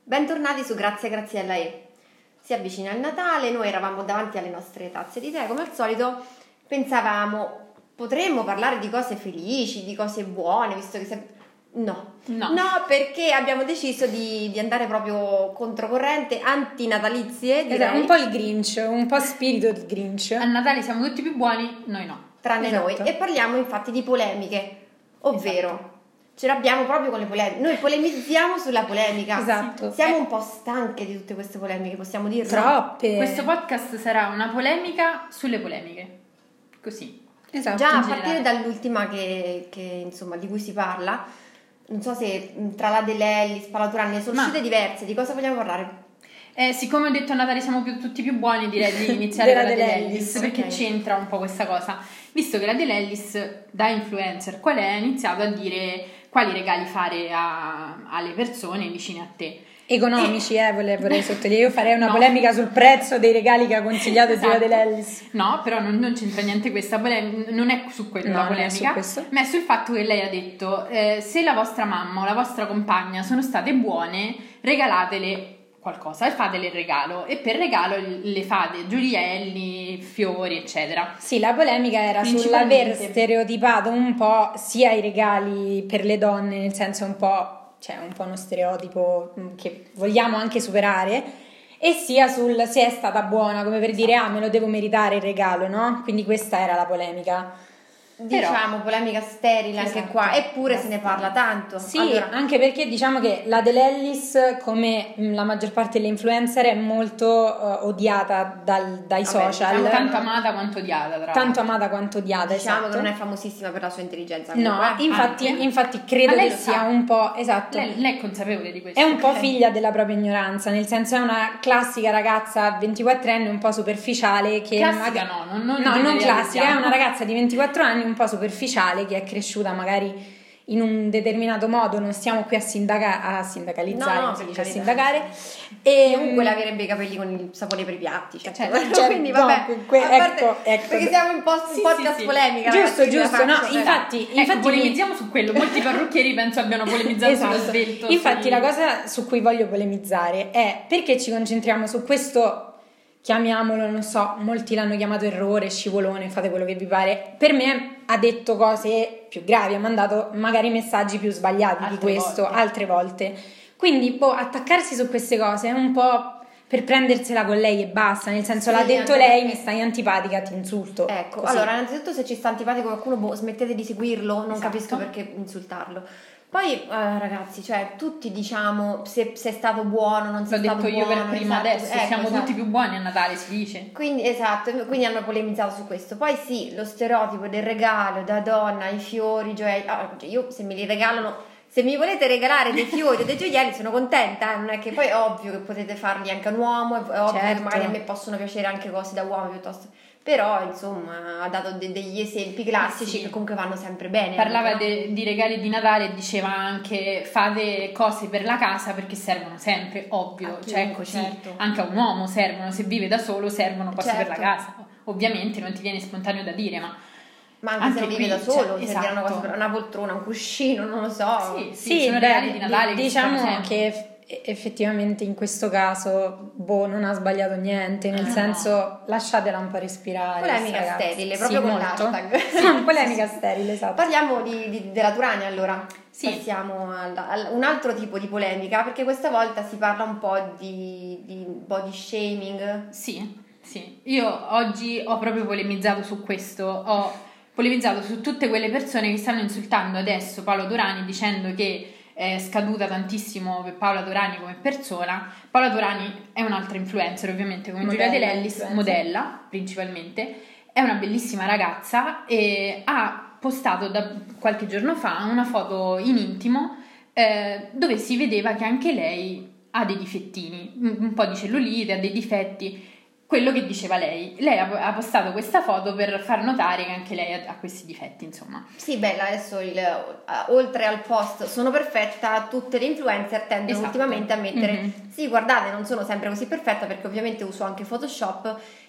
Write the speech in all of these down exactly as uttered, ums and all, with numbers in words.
Bentornati su Grazie Graziella E. Si avvicina il Natale, noi eravamo davanti alle nostre tazze di tè, come al solito pensavamo potremmo parlare di cose felici, di cose buone, visto che se... no. no, no, perché abbiamo deciso di, di andare proprio controcorrente, antinatalizie, direi. Esatto, un po' il Grinch, un po' spirito di Grinch. A Natale siamo tutti più buoni, noi no. Tranne Esatto. noi. E parliamo infatti di polemiche, ovvero... Esatto. Ce l'abbiamo proprio con le polemiche. Noi polemizziamo sulla polemica. Esatto. Siamo un po' stanche di tutte queste polemiche, possiamo dirlo? Troppe. Questo podcast sarà una polemica sulle polemiche. Così. Esatto. Già a partire dall'ultima che, che insomma di cui si parla, non so se tra la De Lellis, Palaturani ne sono Ma... uscite diverse. Di cosa vogliamo parlare? Eh, siccome ho detto a Natale siamo più, tutti più buoni, direi di iniziare Della con la De De Lellis, Lellis, perché ok. c'entra un po' questa cosa. Visto che la De Lellis, da influencer qual è, ha iniziato a dire quali regali fare a, alle persone vicine a te. Economici, eh, vorrei, vorrei sottolineare. Io farei una No. polemica sul prezzo dei regali che ha consigliato Esatto. Dio De Lellis. No, però non, non c'entra niente questa polemica, non è su quello No, la non è su polemica, questo. ma è sul fatto che lei ha detto eh, se la vostra mamma o la vostra compagna sono state buone, regalatele qualcosa e fatele il regalo, e per regalo le fate gioielli, fiori, eccetera. Sì, la polemica era sull'aver stereotipato un po' sia i regali per le donne, nel senso un po', cioè un po' uno stereotipo che vogliamo anche superare, e sia sul se è stata buona, come per dire ah me lo devo meritare il regalo, no? Quindi questa era la polemica. Diciamo Però, polemica sterile anche esatto. qua, eppure se ne parla tanto. Sì, allora, anche perché diciamo che la De Lellis, come la maggior parte delle influencer, è molto uh, odiata dal, dai Vabbè, social. diciamo Tanto amata quanto odiata, tra Tanto amata quanto odiata, diciamo esatto. che non è famosissima per la sua intelligenza. No, comunque. infatti, Anche. infatti credo Ma lei che lo sia sa. un po', esatto, lei, lei è consapevole di questo. è un po' Ok. figlia della propria ignoranza, nel senso è una classica ragazza ventiquattrenne un po' superficiale che Classica no, non, non no, non classica, è generalizziamo. una ragazza di ventiquattro anni un po' superficiale che è cresciuta magari in un determinato modo, non stiamo qui a, sindaca- a sindacalizzare, No, no, non si per dice a carità. sindacare. E Comunque laverebbe i capelli con il sapone per i piatti, cioè, Cioè, quindi cioè, vabbè, no, que- a parte- ecco, ecco. perché siamo un po' un Sì, podcast sì, sì. polemica, giusto, ragazzi, giusto, la no, faccio, infatti, Ecco, infatti mi- polemizziamo su quello. Molti parrucchieri penso abbiano polemizzato sullo Esatto. svelto. Infatti sui- la cosa su cui voglio polemizzare è perché ci concentriamo su questo, chiamiamolo, non so, molti l'hanno chiamato errore, scivolone, fate quello che vi pare. Per me ha detto cose più gravi, ha mandato magari messaggi più sbagliati Altre di questo volte. altre volte. Quindi, boh, attaccarsi su queste cose è un po' per prendersela con lei e basta, nel senso Sì, l'ha detto anche lei, perché- mi stai antipatica, ti insulto. Ecco, Così. allora innanzitutto se ci sta antipatico qualcuno, boh, smettete di seguirlo, non Esatto. capisco perché insultarlo. Poi eh, ragazzi, cioè tutti diciamo se, se è stato buono, non L'ho sei stato detto io buono, per prima, esatto, adesso ecco, siamo esatto. tutti più buoni a Natale, si dice. Quindi esatto, quindi hanno polemizzato su questo. Poi sì, lo stereotipo del regalo da donna, i fiori, i gioielli. Ah, cioè, io se me li regalano, se mi volete regalare dei fiori o dei gioielli sono contenta, eh, non è che poi è ovvio che potete farli anche a un uomo, è ovvio Certo. che magari a me possono piacere anche cose da uomo piuttosto. Però insomma ha dato de- degli esempi classici Sì. che comunque vanno sempre bene. Parlava anche, no? de- di regali di Natale e diceva anche fate cose per la casa perché servono sempre, ovvio, A cioè chiunque, così, certo. anche a un uomo servono, se vive da solo servono cose per la Certo. casa. Ovviamente non ti viene spontaneo da dire, ma Ma anche, anche se vive qui, da solo, cioè, serviranno esatto. cose per una poltrona, un cuscino, non lo so. sì, sì, Sì, sono beh, regali di Natale che diciamo si fanno sempre. che eff- effettivamente in questo caso boh, non ha sbagliato niente, nel No. senso lasciatela un po' respirare. Polemica questa ragazza. sterile, proprio Sì, con molto. l'hashtag. Sì, polemica sterile, esatto. Parliamo di, di- della Turani allora. Sì. Passiamo al- al- un altro tipo di polemica, perché questa volta si parla un po' di, di body shaming. Sì, sì. Io oggi ho proprio polemizzato su questo, ho polemizzato su tutte quelle persone che stanno insultando adesso Paola Turani dicendo che è scaduta tantissimo per Paola Turani come persona. Paola Turani è un'altra influencer, ovviamente, come Giulia De Modella, Lellis, influencer. modella principalmente, è una bellissima ragazza e ha postato da qualche giorno fa una foto in intimo eh, dove si vedeva che anche lei ha dei difettini, un un po' di cellulite, ha dei difetti, quello che diceva lei. Lei ha ha postato questa foto per far notare che anche lei ha, ha questi difetti, insomma. Sì, bella, adesso il, eh, oltre al post sono perfetta, tutte le influencer tendono Esatto. ultimamente a mettere Mhm. sì, guardate, non sono sempre così perfetta perché ovviamente uso anche Photoshop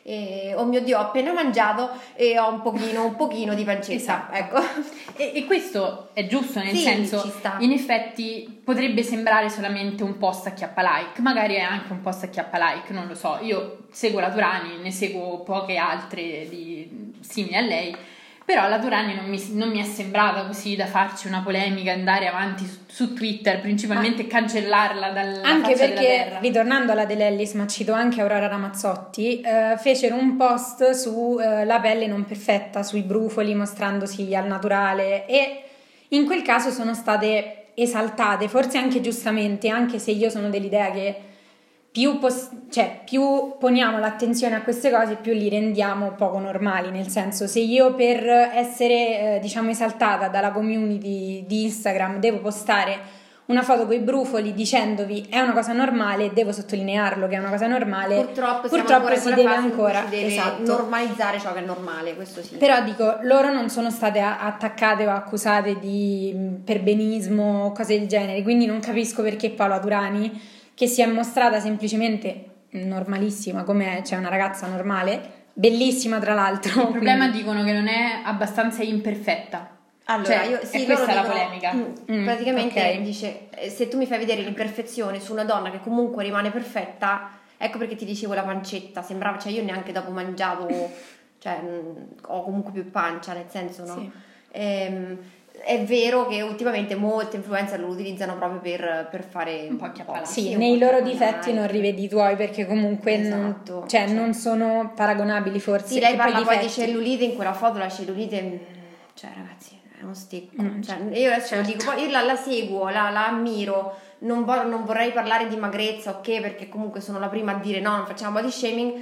e oh mio Dio, ho appena mangiato e ho un pochino un pochino di pancetta, esatto. ecco. E, e questo è giusto, nel Sì, senso, ci sta. in effetti potrebbe sembrare solamente un post acchiappa like, magari è anche un post acchiappa like, non lo so. Io seguo la Turani, ne seguo poche altre di, simili a lei, però la Turani non mi, non mi è sembrata così da farci una polemica, andare avanti su, su Twitter, principalmente, ah, cancellarla dalla anche faccia perché, della terra. Ritornando alla De Lellis, ma cito anche Aurora Ramazzotti, eh, fecero un post su eh, la pelle non perfetta, sui brufoli, mostrandosi al naturale, e in quel caso sono state esaltate, forse anche giustamente, anche se io sono dell'idea che più, pos- cioè, più poniamo l'attenzione a queste cose, più li rendiamo poco normali. Nel senso, se io per essere eh, diciamo esaltata dalla community di Instagram devo postare una foto con i brufoli dicendovi è una cosa normale, devo sottolinearlo che è una cosa normale, purtroppo, purtroppo ancora si deve fase ancora si deve esatto. normalizzare ciò che è normale, questo sì. Però dico, loro non sono state attaccate o accusate di perbenismo o cose del genere, quindi non capisco perché Paola Turani, che si è mostrata semplicemente normalissima, come cioè una ragazza normale, bellissima tra l'altro. Il problema, quindi... dicono che non è abbastanza imperfetta. Allora, cioè, io, sì, è questa loro la dicono, polemica. Mm, praticamente okay. dice, se tu mi fai vedere l'imperfezione su una donna che comunque rimane perfetta, ecco perché ti dicevo la pancetta, sembrava, cioè io neanche dopo mangiavo, cioè mh, ho comunque più pancia, nel senso, no? Sì. Ehm, è vero che ultimamente molte influencer lo utilizzano proprio per, per fare un po' acchiappare. Sì, sì, nei loro acchiappare. difetti non rivedi i tuoi, perché comunque esatto, non, cioè, cioè. non sono paragonabili forse. Sì, lei che parla poi, difetti... di cellulite, in quella foto la cellulite, cioè ragazzi, è uno stecco. Mm, cioè, io adesso certo. lo dico, poi io la, la seguo, la, la ammiro, non, vo- non vorrei parlare di magrezza, ok, perché comunque sono la prima a dire no, non facciamo body shaming.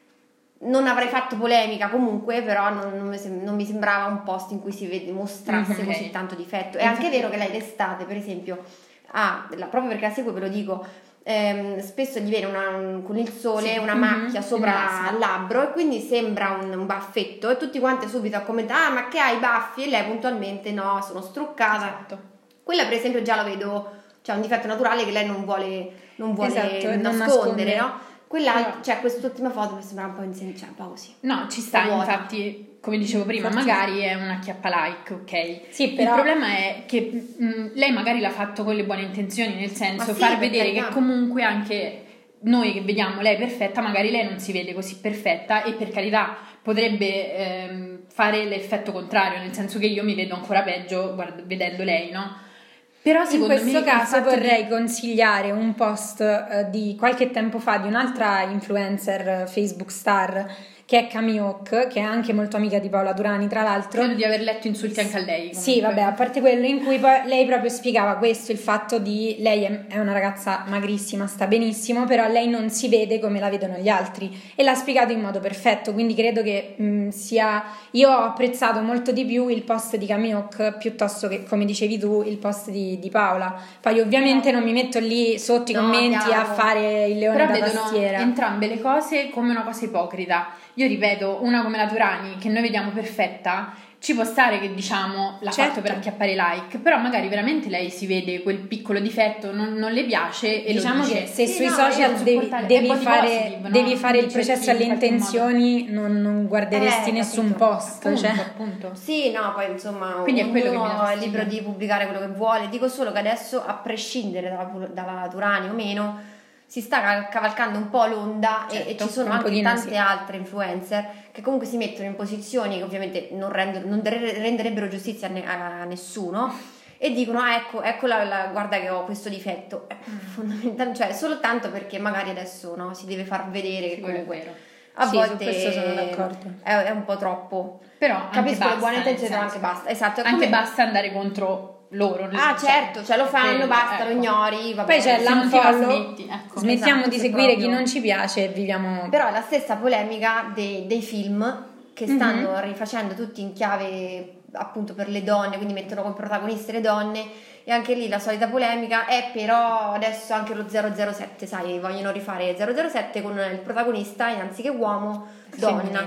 Non avrei fatto polemica comunque, però non, non, mi, sem- non mi sembrava un post in cui si vede, mostrasse okay. così tanto difetto. È anche vero che lei d'estate, per esempio, ha, la, proprio perché la seguo ve lo dico, ehm, spesso gli viene una, con il sole sì. una mm-hmm. macchia sopra il labbro e quindi sembra un, un baffetto e tutti quanti subito a commentare: ah, ma che hai i baffi? E lei puntualmente no, sono struccata. Esatto. Quella per esempio già lo vedo, cioè un difetto naturale che lei non vuole, non vuole esatto, nascondere, non no? Quella, no. cioè quest'ultima foto mi sembra un po' insen- cioè, un po' così. No, ci sta, vuota. infatti, come dicevo prima, Forse magari è una chiappa like, ok? Sì, però... Il problema è che mh, lei magari l'ha fatto con le buone intenzioni, nel senso sì, far vedere carità. che comunque anche noi che vediamo lei perfetta, magari lei non si vede così perfetta e per carità potrebbe ehm, fare l'effetto contrario, nel senso che io mi vedo ancora peggio guarda, vedendo lei, no? Però in questo me caso vorrei di... consigliare un post uh, di qualche tempo fa di un'altra influencer, Facebook star, che è Cami Hawk, che è anche molto amica di Paola Turani, tra l'altro. Credo di aver letto insulti anche a lei. Comunque. Sì, vabbè, a parte quello, in cui poi lei proprio spiegava questo, il fatto di lei è, è una ragazza magrissima, sta benissimo, però lei non si vede come la vedono gli altri e l'ha spiegato in modo perfetto, quindi credo che mh, sia... Io ho apprezzato molto di più il post di Cami Hawk piuttosto che, come dicevi tu, il post di, di Paola. Poi ovviamente non mi metto lì sotto i No, commenti chiaro. a fare il leone però da vedono tastiera. entrambe le cose come una cosa ipocrita. Io ripeto, una come la Turani che noi vediamo perfetta, ci può stare che diciamo l'ha certo. fatto per acchiappare like, però magari veramente lei si vede quel piccolo difetto, non, non le piace e diciamo lo dice. che se sì, sui no, social devi, devi body fare, positive, no? devi fare il Dice processo chi, alle in qualche intenzioni, non, non guarderesti Eh, nessun capito. post, Appunto, cioè. appunto. Sì, no, poi insomma Quindi è quello che mi dà ognuno è fastidio. libero di pubblicare quello che vuole. Dico solo che adesso, a prescindere dalla, dalla Turani o meno, si sta cavalcando un po' l'onda certo, e, e ci sono un anche pochino tante sì. altre influencer che comunque si mettono in posizioni che ovviamente non, rendono, non renderebbero giustizia a, ne, a nessuno e dicono ah, ecco, ecco la, la, guarda che ho questo difetto, eh, fondamentalmente, cioè soltanto perché magari adesso no, si deve far vedere che Sì, comunque è vero. a Sì, volte su questo sono d'accordo. è, è un po' troppo, Però capisco anche le buone basta, intenzioni, nel anche senso. basta, esatto, è Anche come- basta andare contro loro. ah certo, cioè lo fanno, quello, basta, ecco. lo ignori, vabbè. Poi c'è Se non ti va, l'unfollow, smetti, ecco. smettiamo Esatto, di se seguire proprio- chi non ci piace e viviamo... Però è la stessa polemica dei, dei film che Mhm. stanno rifacendo tutti in chiave appunto per le donne, quindi mettono come protagoniste le donne e anche lì la solita polemica è però adesso anche lo zero zero sette, sai, vogliono rifare zero zero sette con il protagonista anziché uomo, donna. femminile.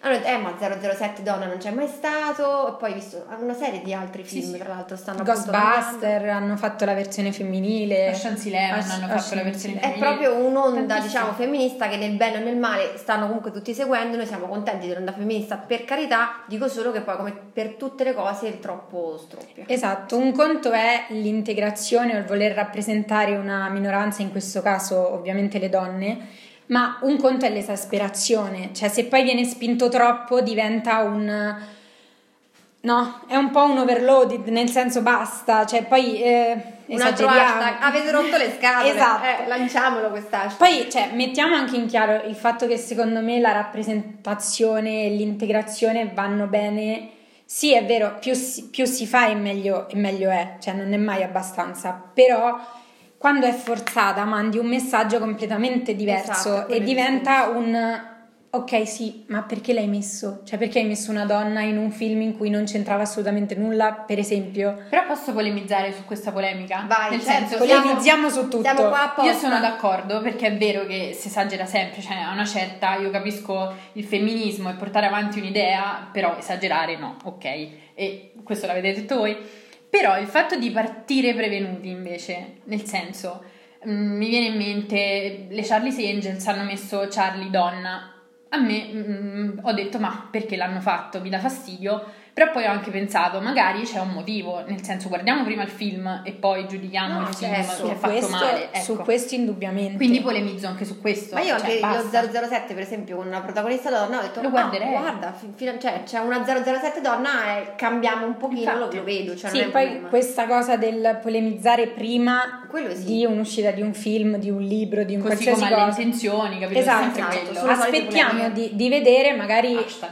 Hanno detto, eh ma zero zero sette donna non c'è mai stato, e poi visto una serie di altri film, sì, sì. tra l'altro stanno Ghostbuster hanno fatto la versione femminile, Ocean's Eleven hanno fatto Ocean's la versione è femminile. proprio un'onda Tantissimo. diciamo femminista che nel bene o nel male stanno comunque tutti seguendo. Noi siamo contenti dell'onda femminista, per carità, dico solo che poi come per tutte le cose è troppo stroppia. Esatto, un conto è l'integrazione o il voler rappresentare una minoranza, in questo caso ovviamente le donne, ma un conto è l'esasperazione, cioè se poi viene spinto troppo diventa un... no, è un po' un overloaded, nel senso basta, cioè poi eh, un altro esageriamo. hashtag, avete rotto le scatole, Esatto. eh, lanciamolo quest'hashtag. Poi cioè, mettiamo anche in chiaro il fatto che secondo me la rappresentazione e l'integrazione vanno bene. Sì, è vero, più si, più si fa e meglio, e meglio è, cioè non è mai abbastanza, però quando è forzata mandi un messaggio completamente diverso, esatto, e diventa un ok sì, ma perché l'hai messo? Cioè perché hai messo una donna in un film in cui non c'entrava assolutamente nulla, per esempio? Però posso polemizzare su questa polemica? Vai, nel certo, senso, polemizziamo su tutto. Siamo qua apposta. io sono d'accordo, perché è vero che si esagera sempre, cioè a una certa io capisco il femminismo e portare avanti un'idea, però esagerare no, ok, e questo l'avete detto voi. Però il fatto di partire prevenuti invece, nel senso, mh, mi viene in mente le Charlie's Angels hanno messo Charlie donna. A me mh, ho detto ma perché l'hanno fatto, mi dà fastidio, però poi ho anche pensato magari c'è un motivo, nel senso guardiamo prima il film e poi giudichiamo No, il film certo, che è fatto questo, male, ecco. Su questo indubbiamente. Quindi polemizzo anche su questo. Ma io cioè, anche basta. lo zero zero sette per esempio con una protagonista donna ho detto Lo guarderei. ah, guarda fi- fi- cioè c'è una zero zero sette donna e cambiamo un pochino, lo, Infatti. lo vedo, cioè Sì, non è un poi problema. questa cosa del polemizzare prima Quello sì. di un'uscita di un film, di un libro, di un Così qualsiasi come alle cosa. intenzioni, capito? Esatto, Sempre esatto, quello. sono- Aspettiamo di, di vedere, magari, Hashtag.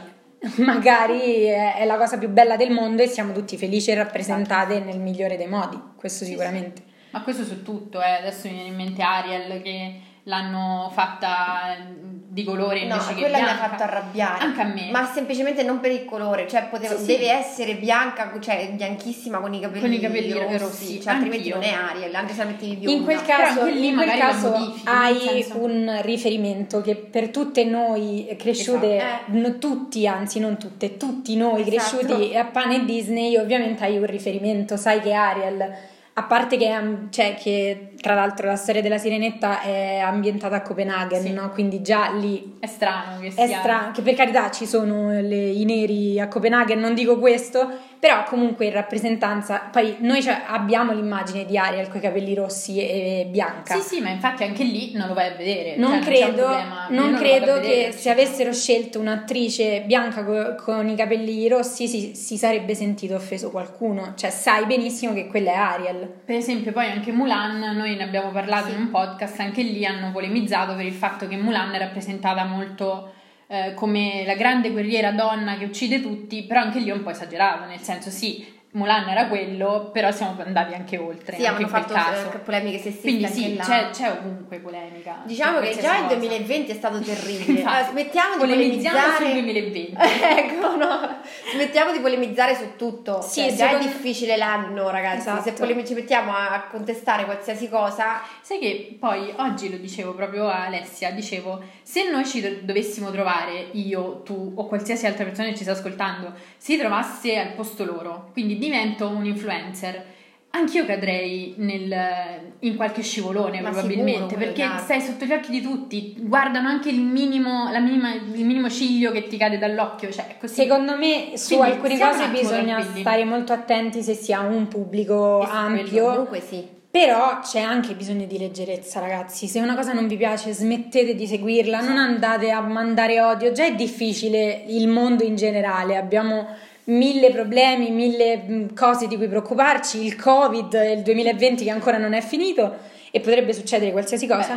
magari è, è la cosa più bella del mondo e siamo tutti felici e rappresentate nel migliore dei modi, questo Sì, sicuramente. sì. Ma questo su tutto, eh. Adesso mi viene in mente Ariel che l'hanno fatta di colore No, invece che quella mi bianca. ha fatto arrabbiare. Anche a me. Ma semplicemente non per il colore, cioè poteva, Sì, sì. deve essere bianca, cioè bianchissima con i capelli, Con i capelli rossi, rossi, cioè altrimenti anch'io. non è Ariel, anche se la metti bionda. In quel Però caso, anche lì in quel magari la caso modifichi, nel hai senso- un riferimento che per tutte noi cresciute, Esatto. no, tutti, anzi non tutte, tutti noi Esatto. cresciuti a pane e Disney, ovviamente hai un riferimento, sai che Ariel, a parte che, è- cioè, che tra l'altro la storia della Sirenetta è ambientata a Copenaghen, Sì. no? Quindi già lì È strano che è sia... strano, che per carità ci sono le- i neri a Copenaghen, non dico questo, però comunque in rappresentanza, poi noi cioè, abbiamo l'immagine di Ariel con i capelli rossi e bianca. Sì, sì, ma infatti anche lì non lo vai a vedere. Non cioè, c'è un credo, problema. Io non lo credo vado a vedere, che cioè. se avessero scelto un'attrice bianca co- con i capelli rossi si, si sarebbe sentito offeso qualcuno, cioè sai benissimo che quella è Ariel. Per esempio poi anche Mulan, noi ne abbiamo parlato in un podcast, anche lì hanno polemizzato per il fatto che Mulan è rappresentata molto eh, come la grande guerriera donna che uccide tutti, però anche lì è un po' esagerato, nel senso sì, Mulan era quello, però siamo andati anche oltre, Sì, anche hanno in quel fatto caso. eh, polemiche sessiste Quindi anche sì, là. c'è, c'è ovunque polemica. Diciamo su che già qualsiasi il cosa. duemilaventi è stato terribile. Infatti, Allora, smettiamo di polemizziamo polemizzare sul duemilaventi. ecco, no. Smettiamo di polemizzare su tutto. Sì, Cioè, già è secondo- difficile l'anno, ragazzi. Esatto. Se polemi- ci mettiamo a contestare qualsiasi cosa, Sai che poi oggi lo dicevo proprio a Alessia, dicevo, se noi ci do- dovessimo trovare, io, tu o qualsiasi altra persona che ci sta ascoltando, si trovasse al posto loro, quindi divento un influencer, anch'io cadrei nel, in qualche scivolone Ma probabilmente, sicuro, perché esatto. stai sotto gli occhi di tutti, guardano anche il minimo, la minima, il minimo ciglio che ti cade dall'occhio, cioè è così. Secondo me su Quindi alcune siamo cose un attimo bisogna tranquilli. stare molto attenti se si ha un pubblico E su quello, ampio. comunque sì. Però c'è anche bisogno di leggerezza, ragazzi. Se una cosa non vi piace, smettete di seguirla, non andate a mandare odio. Già è difficile il mondo in generale, abbiamo mille problemi, mille mh, cose di cui preoccuparci, il Covid, il duemilaventi che ancora non è finito e potrebbe succedere qualsiasi cosa. Beh.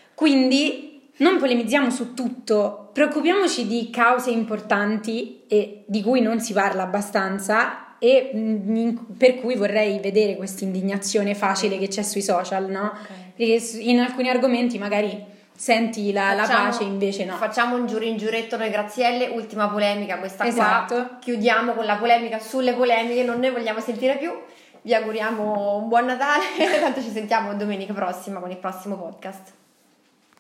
Quindi non polemizziamo su tutto, preoccupiamoci di cause importanti e di cui non si parla abbastanza, e mh, in- per cui vorrei vedere questa indignazione facile che c'è sui social, no? Perché su- in alcuni argomenti magari senti la, la Facciamo- pace, invece no. Facciamo un giuro in giuretto noi Grazielle, ultima polemica questa Esatto. qua. Chiudiamo con la polemica sulle polemiche, non ne vogliamo sentire più. Vi auguriamo un buon Natale, tanto ci sentiamo domenica prossima con il prossimo podcast.